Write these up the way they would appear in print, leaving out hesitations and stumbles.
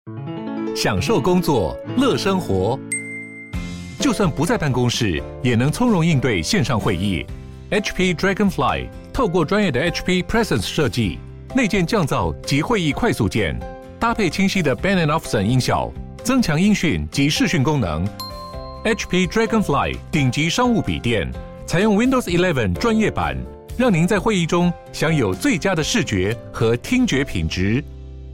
享受工作，乐生活。就算不在办公室，也能从容应对线上会议。HP Dragonfly 透过专业的 HP Presence 设计，内建降噪及会议快速键，搭配清晰的 Bang & Olufsen 音效，增强音讯及视讯功能。HP Dragonfly 顶级商务笔电，采用 Windows 11专业版，让您在会议中享有最佳的视觉和听觉品质。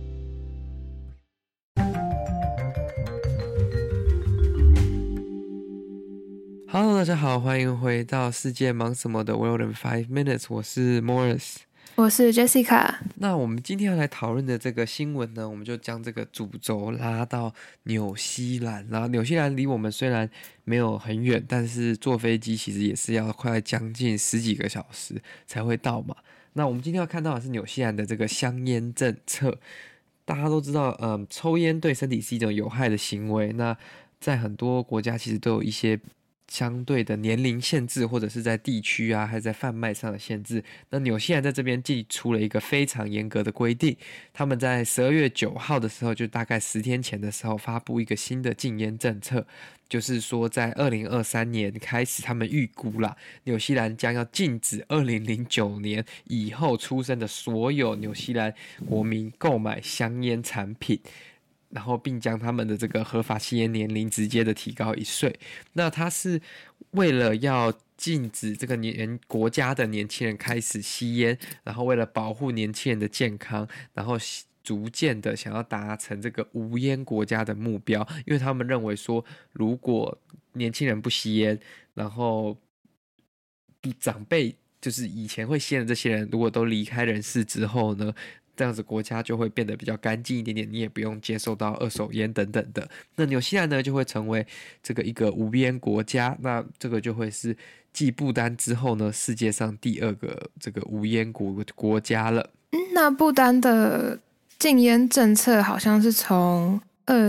Hello， 大家好，欢迎回到世界忙什么的 World in 5 Minutes， 我是 Morris， 我是 Jessica。 那我们今天要来讨论的这个新闻呢，我们就将这个主轴拉到纽西兰。然后纽西兰离我们虽然没有很远，但是坐飞机其实也是要快将近10几个小时才会到嘛。那我们今天要看到的是纽西兰的这个香烟政策。大家都知道，抽烟对身体是一种有害的行为。那在很多国家其实都有一些相对的年龄限制，或者是在地区啊，还是在贩卖上的限制。那纽西兰在这边寄出了一个非常严格的规定，他们在12月9号的时候，就大概10天前的时候发布一个新的禁烟政策，就是说在2023年开始，他们预估啦，纽西兰将要禁止2009年以后出生的所有纽西兰国民购买香烟产品。然后并将他们的这个合法吸烟年龄直接的提高1岁。那他是为了要禁止这个国家的年轻人开始吸烟，然后为了保护年轻人的健康，然后逐渐的想要达成这个无烟国家的目标。因为他们认为说，如果年轻人不吸烟，然后长辈就是以前会吸烟的这些人，如果都离开人世之后呢，这样子国家就会变得比较干净一点点，你也不用接受到二手烟等等的。那纽西兰呢就会成为这个一个无烟国家，那这个就会是继不丹之后呢世界上第2个这个无烟国家了。 那不丹的禁烟政策好像是从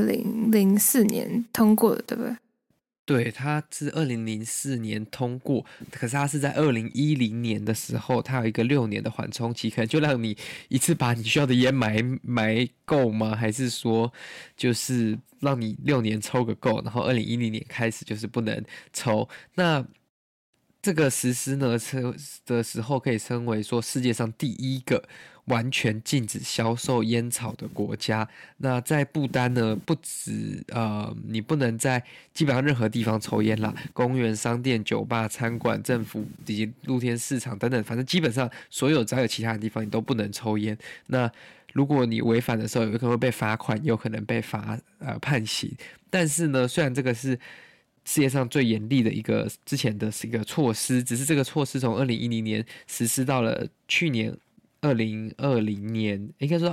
2004年通过的，对不对？ 对，它是2004年通过，可是它是在2010年的时候，它有一个6年的缓冲期，可能就让你一次把你需要的烟买够吗？还是说就是让你6年抽个够，然后2010年开始就是不能抽？那这个实施呢的时候，可以称为说世界上第1个完全禁止销售烟草的国家。那在不丹呢，不止你不能在基本上任何地方抽烟啦，公园、商店、酒吧、餐馆、政府以及露天市场等等，反正基本上所有只要有其他的地方你都不能抽烟。那如果你违反的时候，有可能会被罚款，有可能被判刑。但是呢，虽然这个是世界上最严厉的之前的是一个措施，只是这个措施从2010年实施到了去年2020年，应该说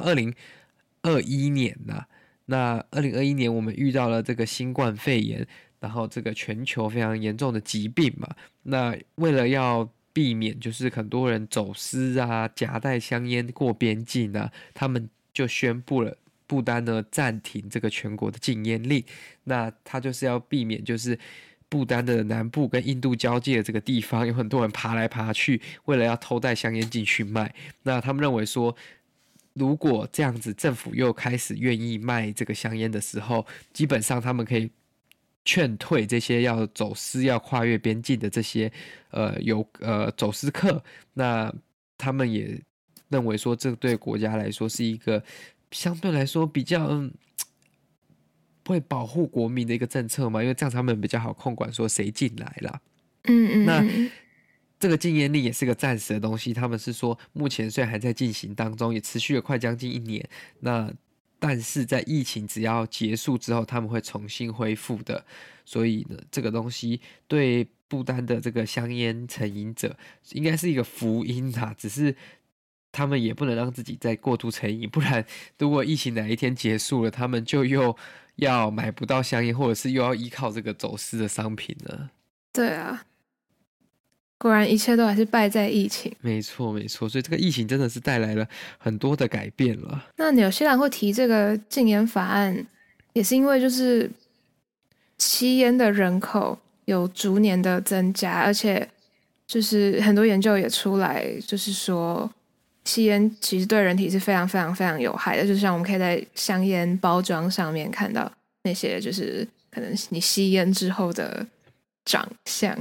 2021年啦。那2021年我们遇到了这个新冠肺炎，然后这个全球非常严重的疾病嘛。那为了要避免就是很多人走私啊、夹带香烟过边境啊，他们就宣布了不丹呢暂停这个全国的禁烟令。那他就是要避免就是不丹的南部跟印度交界的这个地方有很多人爬来爬去，为了要偷带香烟进去卖。那他们认为说，如果这样子政府又开始愿意卖这个香烟的时候，基本上他们可以劝退这些要走私要跨越边境的这些走私客。那他们也认为说，这对国家来说是一个相对来说比较会保护国民的一个政策嘛，因为这样他们比较好控管说谁进来啦。那这个禁烟令也是个暂时的东西，他们是说目前虽然还在进行当中，也持续了快将近1年，那但是在疫情只要结束之后，他们会重新恢复的。所以呢，这个东西对不丹的这个香烟成瘾者应该是一个福音啦，只是他们也不能让自己再过度成瘾，不然如果疫情哪一天结束了，他们就又要买不到香烟，或者是又要依靠这个走私的商品了。 对啊，果然一切都还是败在疫情。 没错没错，所以这个疫情真的是带来了很多的改变了。 那纽西兰会提这个禁烟法案，也是因为就是吸烟的人口有逐年的增加，而且就是很多研究也出来，就是说吸烟其实对人体是非常非常非常有害的，就像我们可以在香烟包装上面看到那些就是可能你吸烟之后的长相。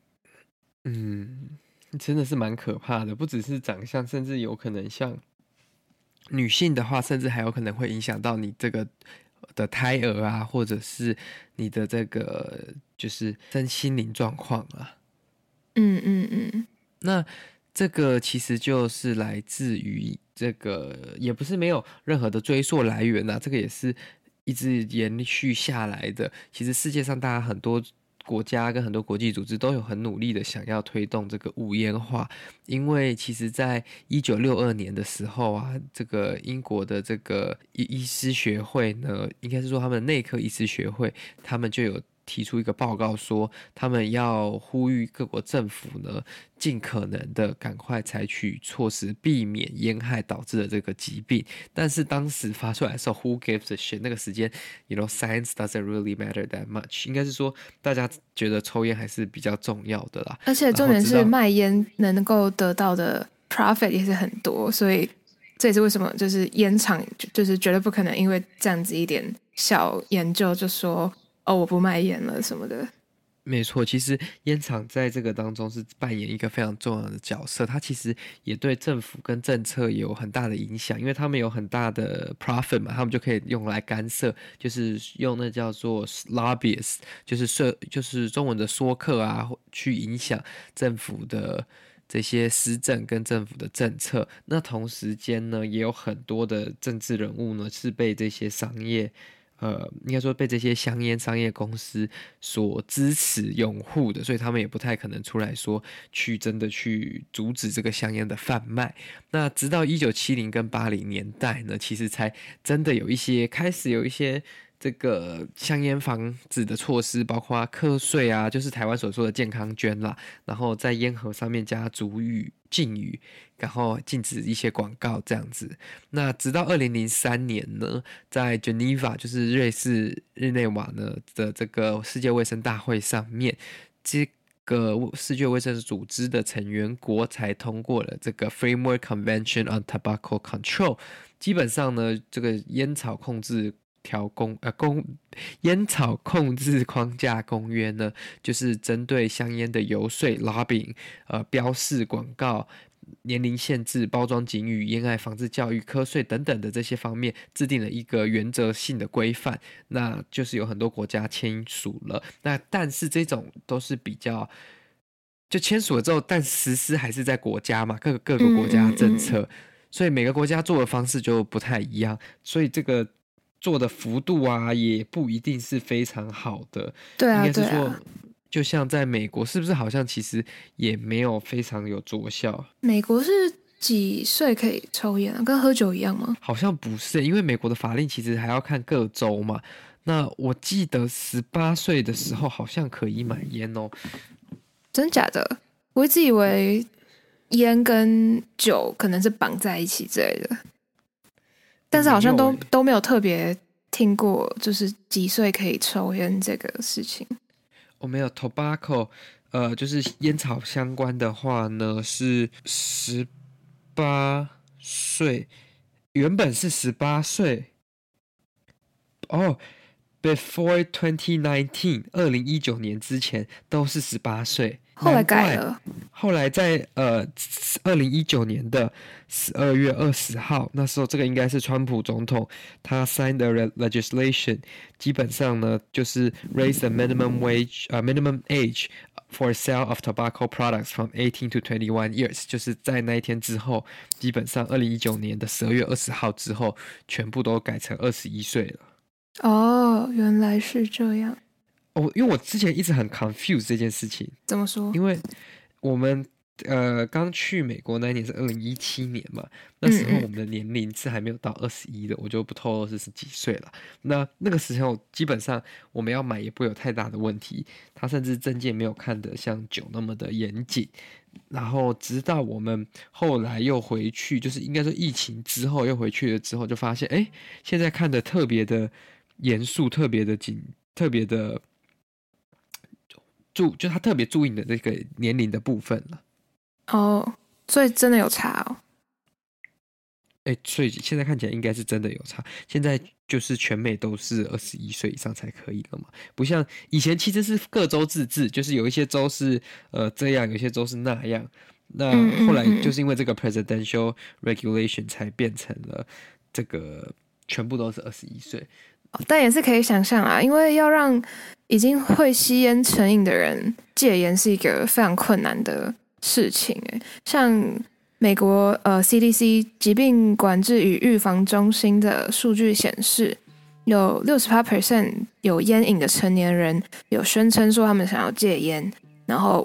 真的是蛮可怕的，不只是长相，甚至有可能像女性的话，甚至还有可能会影响到你这个的胎儿啊，或者是你的这个就是身心灵状况啊。那这个其实就是来自于这个，也不是没有任何的追溯来源啊，这个也是一直延续下来的。其实世界上大家很多国家跟很多国际组织都有很努力的想要推动这个无烟化，因为其实在1962年的时候啊，这个英国的这个医师学会呢，应该是说他们的内科医师学会，他们就有提出一个报告说，他们要呼吁各国政府呢，尽可能的赶快采取措施，避免烟害导致的这个疾病。但是当时发出来的时候 ，Who gives a shit？ 那个时间 ，science doesn't really matter that much。应该是说，大家觉得抽烟还是比较重要的啦。 而且重点是卖烟能够得到的 profit 也是很多，所以这也是为什么就是烟厂就是绝对不可能因为这样子一点小研究就说我不卖烟了什么的。 没错，其实烟厂在这个当中是扮演一个非常重要的角色，它其实也对政府跟政策有很大的影响，因为他们有很大的 profit 嘛，他们就可以用来干涉，就是用那叫做 lobbyist， 就是中文的说客啊，去影响政府的这些施政跟政府的政策。那同时间呢，也有很多的政治人物呢是被这些商业应该说被这些香烟商业公司所支持拥护的，所以他们也不太可能出来说去真的去阻止这个香烟的贩卖。那直到1970跟80年代呢，其实才真的开始有一些这个香烟防止的措施，包括课税啊，就是台湾所说的健康捐啦，然后在烟盒上面加主语、禁语，然后禁止一些广告这样子。那直到2003年呢，在 Geneva 就是瑞士日内瓦呢的这个世界卫生大会上面，这个世界卫生组织的成员国才通过了这个 Framework Convention on Tobacco Control。基本上呢，这个烟草控制框架公约呢，就是针对香烟的游说、lobbying、标示、广告、年龄限制、包装警语、烟害防治教育、课税等等的这些方面，制定了一个原则性的规范。那就是有很多国家签署了，但是这种都是比较。就签署了之后，但实施还是在国家嘛，各个国家的政策，所以每个国家做的方式就不太一样，所以这个做的幅度啊，也不一定是非常好的。 对啊， 应该是说，就像在美国，是不是好像其实也没有非常有着效？ 美国是几岁可以抽烟啊？跟喝酒一样吗？ 好像不是，因为美国的法令其实还要看各州嘛。那我记得18岁的时候好像可以买烟哦。 真假的？我一直以为烟跟酒可能是绑在一起之类的，但是好像都没有特别听过，就是几岁可以抽烟这个事情。 没有 tobacco， 就是烟草相关的话呢是18岁，原本是18岁Before 2019 2019年之前都是18岁， 后来改了。 后来在2019年的12月20号，那时候这个应该是川普总统他 signed the legislation， 基本上呢就是 raise the minimum age for sale of tobacco products from 18 to 21 years， 就是在那一天之后，基本上2019年的12月20号之后，全部都改成21岁了。 原来是这样。 因为我之前一直很 confused 这件事情。 怎么说？ 因为我们刚去美国那一年是2017年嘛，那时候我们的年龄是还没有到21的，我就不透露是几岁了。那个时候基本上我们要买也不会有太大的问题，他甚至证件没有看得像酒那么的严谨。然后直到我们后来又回去，就是应该说疫情之后又回去了之后，就发现现在看得特别的严肃，特别的紧，特别的就他特别注意你的这个年龄的部分了。 所以真的有差哦。 所以现在看起来应该是真的有差。现在就是全美都是21岁以上才可以了嘛，不像以前其实是各州自治，就是有一些州是这样，有些州是那样。那后来就是因为这个 presidential regulation 才变成了这个全部都是21岁。 但也是可以想象啊，因为要让已经会吸烟成瘾的人戒烟是一个非常困难的事情。像美国CDC 疾病管制与预防中心的数据显示，有 68% 有烟瘾的成年人有宣称说他们想要戒烟，然后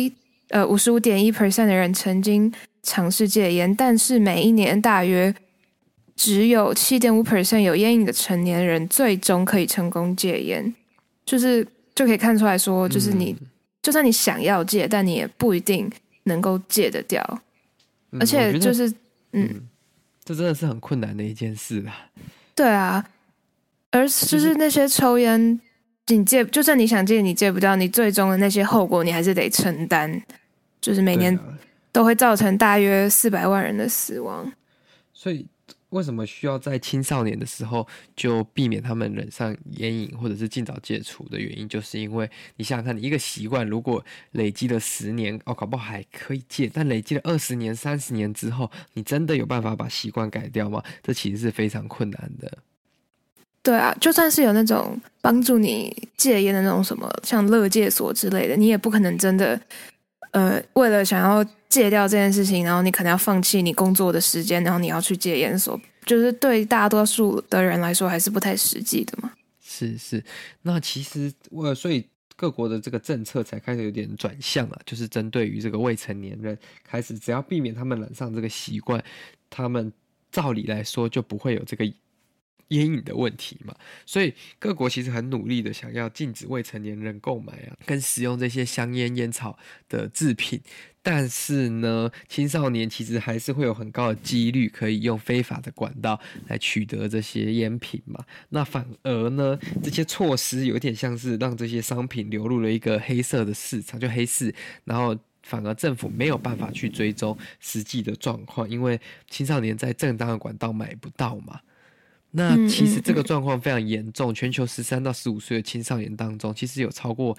55.1% 的人曾经尝试戒烟，但是每一年大约只有 7.5% 有烟瘾的成年人最终可以成功戒烟。就可以看出来说，就是你就算你想要戒，但你也不一定能够戒得掉。而且就是这真的是很困难的一件事啦。 对啊，而就是那些抽烟你戒，就算你想戒你戒不掉，你最终的那些后果你还是得承担，就是每年都会造成大约400万人的死亡。 所以为什么需要在青少年的时候就避免他们染上烟瘾，或者是尽早戒除的原因，就是因为你想想看，你一个习惯如果累积了10年，搞不好还可以戒，但累积了20年、30年之后，你真的有办法把习惯改掉吗？这其实是非常困难的。 对啊，就算是有那种帮助你戒烟的那种什么像乐戒所之类的，你也不可能真的为了想要戒掉这件事情，然后你可能要放弃你工作的时间，然后你要去戒烟所，就是对大多数的人来说还是不太实际的嘛。 是，那其实所以各国的这个政策才开始有点转向了，就是针对于这个未成年人开始，只要避免他们染上这个习惯，他们照理来说就不会有这个烟瘾的问题嘛。所以各国其实很努力的想要禁止未成年人购买跟使用这些香烟烟草的制品，但是呢，青少年其实还是会有很高的几率可以用非法的管道来取得这些烟品嘛。那反而呢，这些措施有点像是让这些商品流入了一个黑色的市场，就黑市，然后反而政府没有办法去追踪实际的状况，因为青少年在正当的管道买不到嘛。那其实这个状况非常严重，全球13到15岁的青少年当中，其实有超过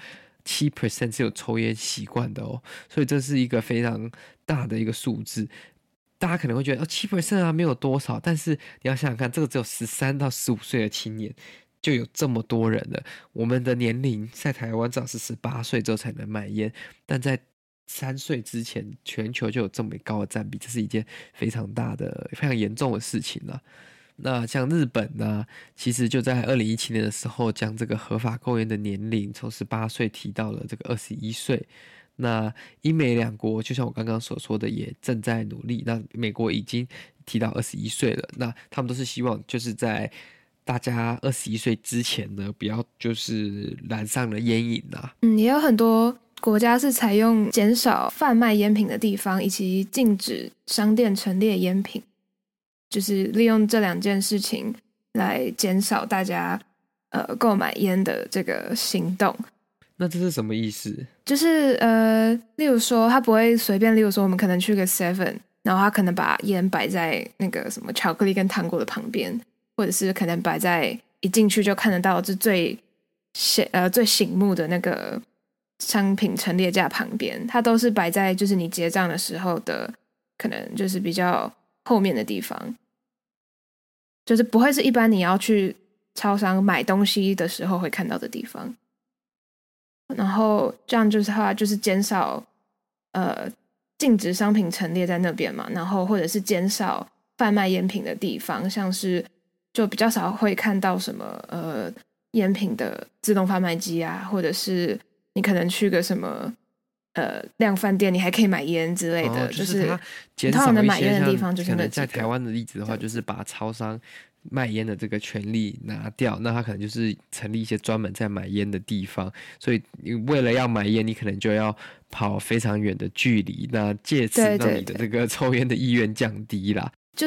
7% 是有抽烟习惯的哦，所以这是一个非常大的一个数字。大家可能会觉得7% 啊，没有多少，但是你要想想看，这个只有13到15岁的青年就有这么多人了。我们的年龄在台湾至少是18岁之后才能买烟，但在3岁之前，全球就有这么高的占比，这是一件非常大的、非常严重的事情了。那像日本呢，其实就在2017年的时候，将这个合法购烟的年龄从18岁提到了这个21岁。那英美两国就像我刚刚所说的，也正在努力。那美国已经提到21岁了，那他们都是希望就是在大家21岁之前呢，不要就是染上了烟瘾啊。 也有很多国家是采用减少贩卖烟品的地方，以及禁止商店陈列烟品，就是利用这2件事情来减少大家购买烟的这个行动。 那这是什么意思？ 就是例如说他不会随便，例如说我们可能去个 Seven， 然后他可能把烟摆在那个什么巧克力跟糖果的旁边，或者是可能摆在一进去就看得到是最醒目的那个商品陈列架旁边，它都是摆在就是你结账的时候的可能就是比较后面的地方，就是不会是一般你要去超商买东西的时候会看到的地方。然后这样就是它就是减少禁止商品陈列在那边嘛，然后或者是减少贩卖烟品的地方，像是就比较少会看到什么烟品的自动贩卖机啊，或者是你可能去个什么量贩店，你还可以买烟之类的， 就是它减少一些像可能在台湾的例子的话，就是把超商卖烟的这个权利拿掉，那他可能就是成立一些专门在买烟的地方，所以你为了要买烟，你可能就要跑非常远的距离，那借此让你的这个抽烟的意愿降低啦。 就是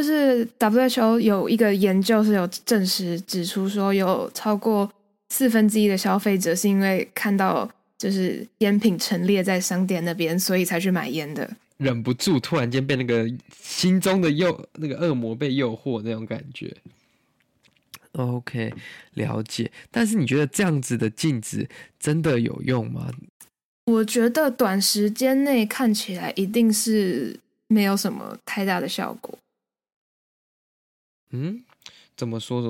WHO 有一个研究是有证实指出说，有超过1/4的消费者是因为看到就是烟品陈列在商店那边，所以才去买烟的。 忍不住突然间被那个心中的那个恶魔被诱惑那种感觉。OK， 了解。但是你觉得这样子的禁止真的有用吗？ 我觉得短时间内看起来一定是没有什么太大的效果。 怎么说？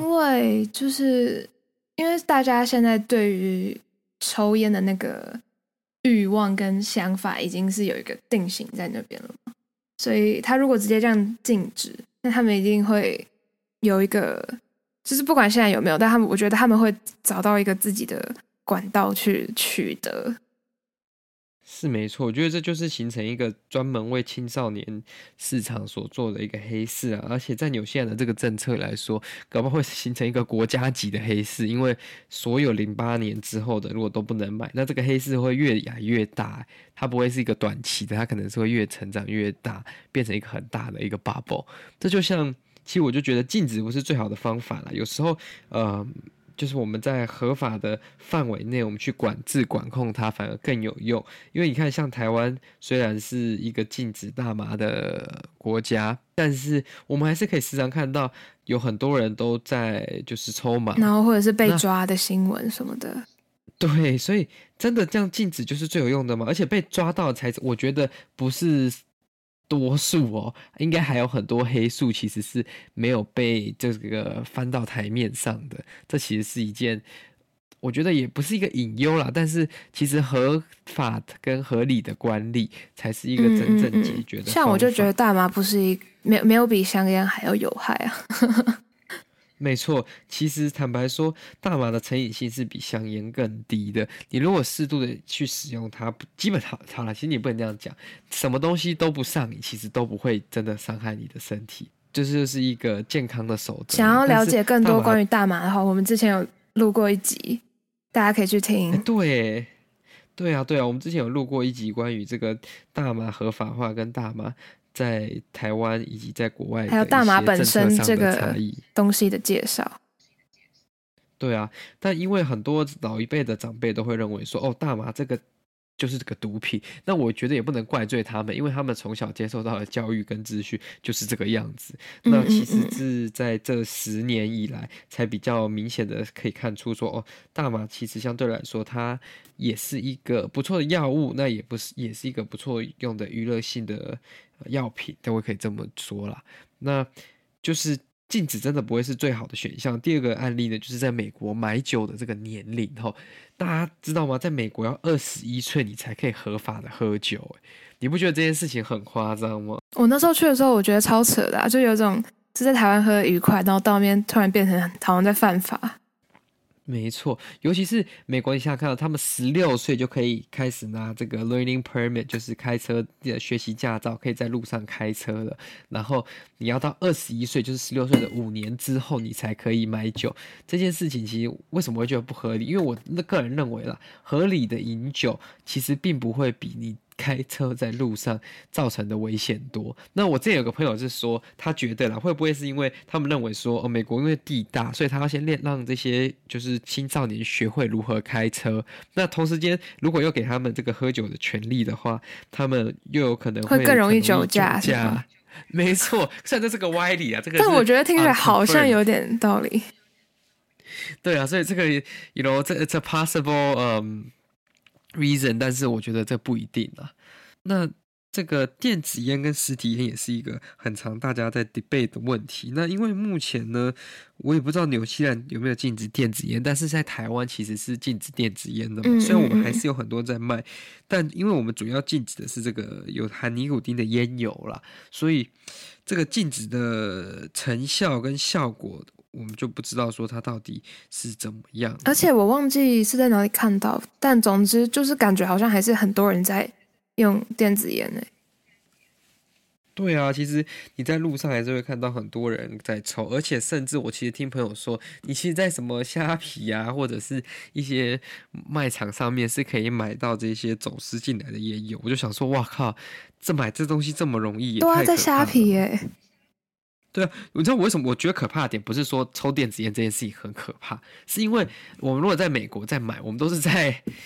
因为大家现在对于抽烟的那个欲望跟想法已经是有一个定型在那边了嘛，所以他如果直接这样禁止，那他们一定会有一个，就是不管现在有没有，但我觉得他们会找到一个自己的管道去取得。 是没错，我觉得这就是形成一个专门为青少年市场所做的一个黑市啊，而且在纽西兰的这个政策来说，搞不好会形成一个国家级的黑市，因为所有08年之后的如果都不能买，那这个黑市会越来越大，它不会是一个短期的，它可能是会越成长越大，变成一个很大的一个 bubble。这就像，其实我就觉得禁止不是最好的方法啦，有时候就是我们在合法的范围内，我们去管制管控它，反而更有用。因为你看，像台湾虽然是一个禁止大麻的国家，但是我们还是可以时常看到有很多人都在就是抽麻， 然后或者是被抓的新闻什么的。 对，所以真的这样禁止就是最有用的吗？而且被抓到才，我觉得不是多数哦，应该还有很多黑数其实是没有被这个翻到台面上的。这其实是一件，我觉得也不是一个隐忧啦，但是其实合法跟合理的管理才是一个真正解决的方法。 像我就觉得大麻不是没有比香烟还要有害啊。 没错，其实坦白说，大麻的成瘾性是比香烟更低的。你如果适度的去使用它，基本上好了，其实你不能这样讲，什么东西都不上瘾，其实都不会真的伤害你的身体，就是一个健康的守则。 想要了解更多关于大麻的话，我们之前有录过一集，大家可以去听。 对啊，我们之前有录过一集关于这个大麻合法化跟大麻在台湾以及在国外还有大麻本身这个东西的介绍。 对啊，但因为很多老一辈的长辈都会认为说，大麻这个就是这个毒品，那我觉得也不能怪罪他们，因为他们从小接受到的教育跟资讯就是这个样子。那其实是在这10年以来才比较明显的可以看出说，大麻其实相对来说它也是一个不错的药物，那也是一个不错用的娱乐性的药品，但我可以这么说啦。那就是禁止真的不会是最好的选项。第二个案例呢，就是在美国买酒的这个年龄，大家知道吗？在美国要21岁你才可以合法的喝酒，你不觉得这件事情很夸张吗？ 我那时候去的时候，我觉得超扯的就有种是在台湾喝得愉快，然后到那边突然变成好像在犯法。 没错，尤其是美国，你想想看到他们16岁就可以开始拿这个 learning permit， 就是开车的学习驾照，可以在路上开车了。然后你要到21岁，就是16岁的5年之后，你才可以买酒。这件事情其实为什么会觉得不合理？因为我个人认为啦，合理的饮酒其实并不会比你开车在路上造成的危险多。那我之前有个朋友是说，他觉得啦，会不会是因为他们认为说，美国因为地大，所以他要先让这些就是青少年学会如何开车。那同时间，如果又给他们这个喝酒的权利的话，他们又有可能会更容易酒驾。 没错，虽然这是个歪理啊，这个但我觉得听起来好像有点道理。 对啊，所以这个it's a possible reason， 但是我觉得这不一定啊。那这个电子烟跟实体烟也是一个很常大家在 debate 的问题。那因为目前呢，我也不知道纽西兰有没有禁止电子烟，但是在台湾其实是禁止电子烟的嘛。虽然我们还是有很多在卖，但因为我们主要禁止的是这个有含尼古丁的烟油啦，所以这个禁止的成效跟效果，我们就不知道说它到底是怎么样。 而且我忘记是在哪里看到，但总之就是感觉好像还是很多人在用电子烟对啊，其实你在路上还是会看到很多人在抽，而且甚至我其实听朋友说，你其实在什么虾皮啊，或者是一些卖场上面是可以买到这些走私进来的烟油。我就想说，哇靠，买这东西这么容易，也太可怕了。 在虾皮对啊，你知道我为什么我觉得可怕的点不是说抽电子烟这件事情很可怕，是因为我们如果在美国在买，我们都是在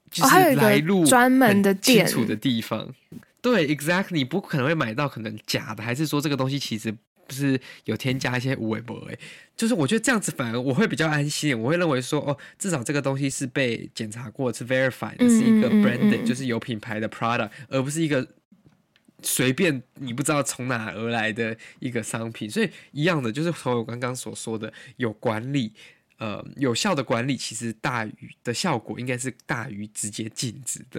就是来路专门的店清楚的地方。对 ，exactly， 你不可能会买到可能假的，还是说这个东西其实不是有添加一些有的没的，就是我觉得这样子反而我会比较安心，我会认为说哦，至少这个东西是被检查过，是 verified，是一个 branded，就是有品牌的 product，而不是一个随便你不知道从哪而来的一个商品。所以一样的，就是从我刚刚所说的有管理。有效的管理其实大于的效果应该是大于直接禁止的。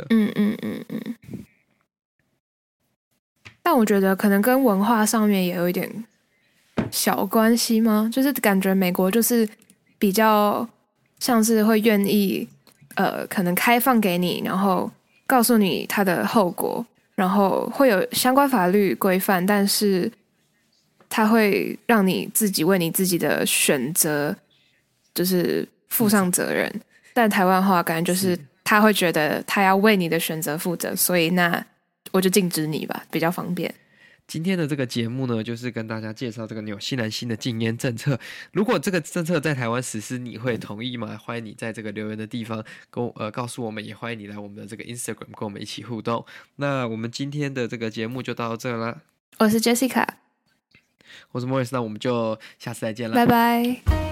但我觉得可能跟文化上面也有一点小关系吗？就是感觉美国就是比较像是会愿意可能开放给你，然后告诉你它的后果，然后会有相关法律规范，但是它会让你自己为你自己的选择就是负上责任。但台湾话感觉就是他会觉得他要为你的选择负责，所以那我就禁止你吧，比较方便。 今天的这个节目呢，就是跟大家介绍这个纽西兰新的禁烟政策。如果这个政策在台湾实施，你会同意吗？欢迎你在这个留言的地方告诉我们，也欢迎你来我们的这个 Instagram 跟我们一起互动。那我们今天的这个节目就到这啦。 我是 Jessica， 我是 Morris， 那我们就下次再见了， 拜拜。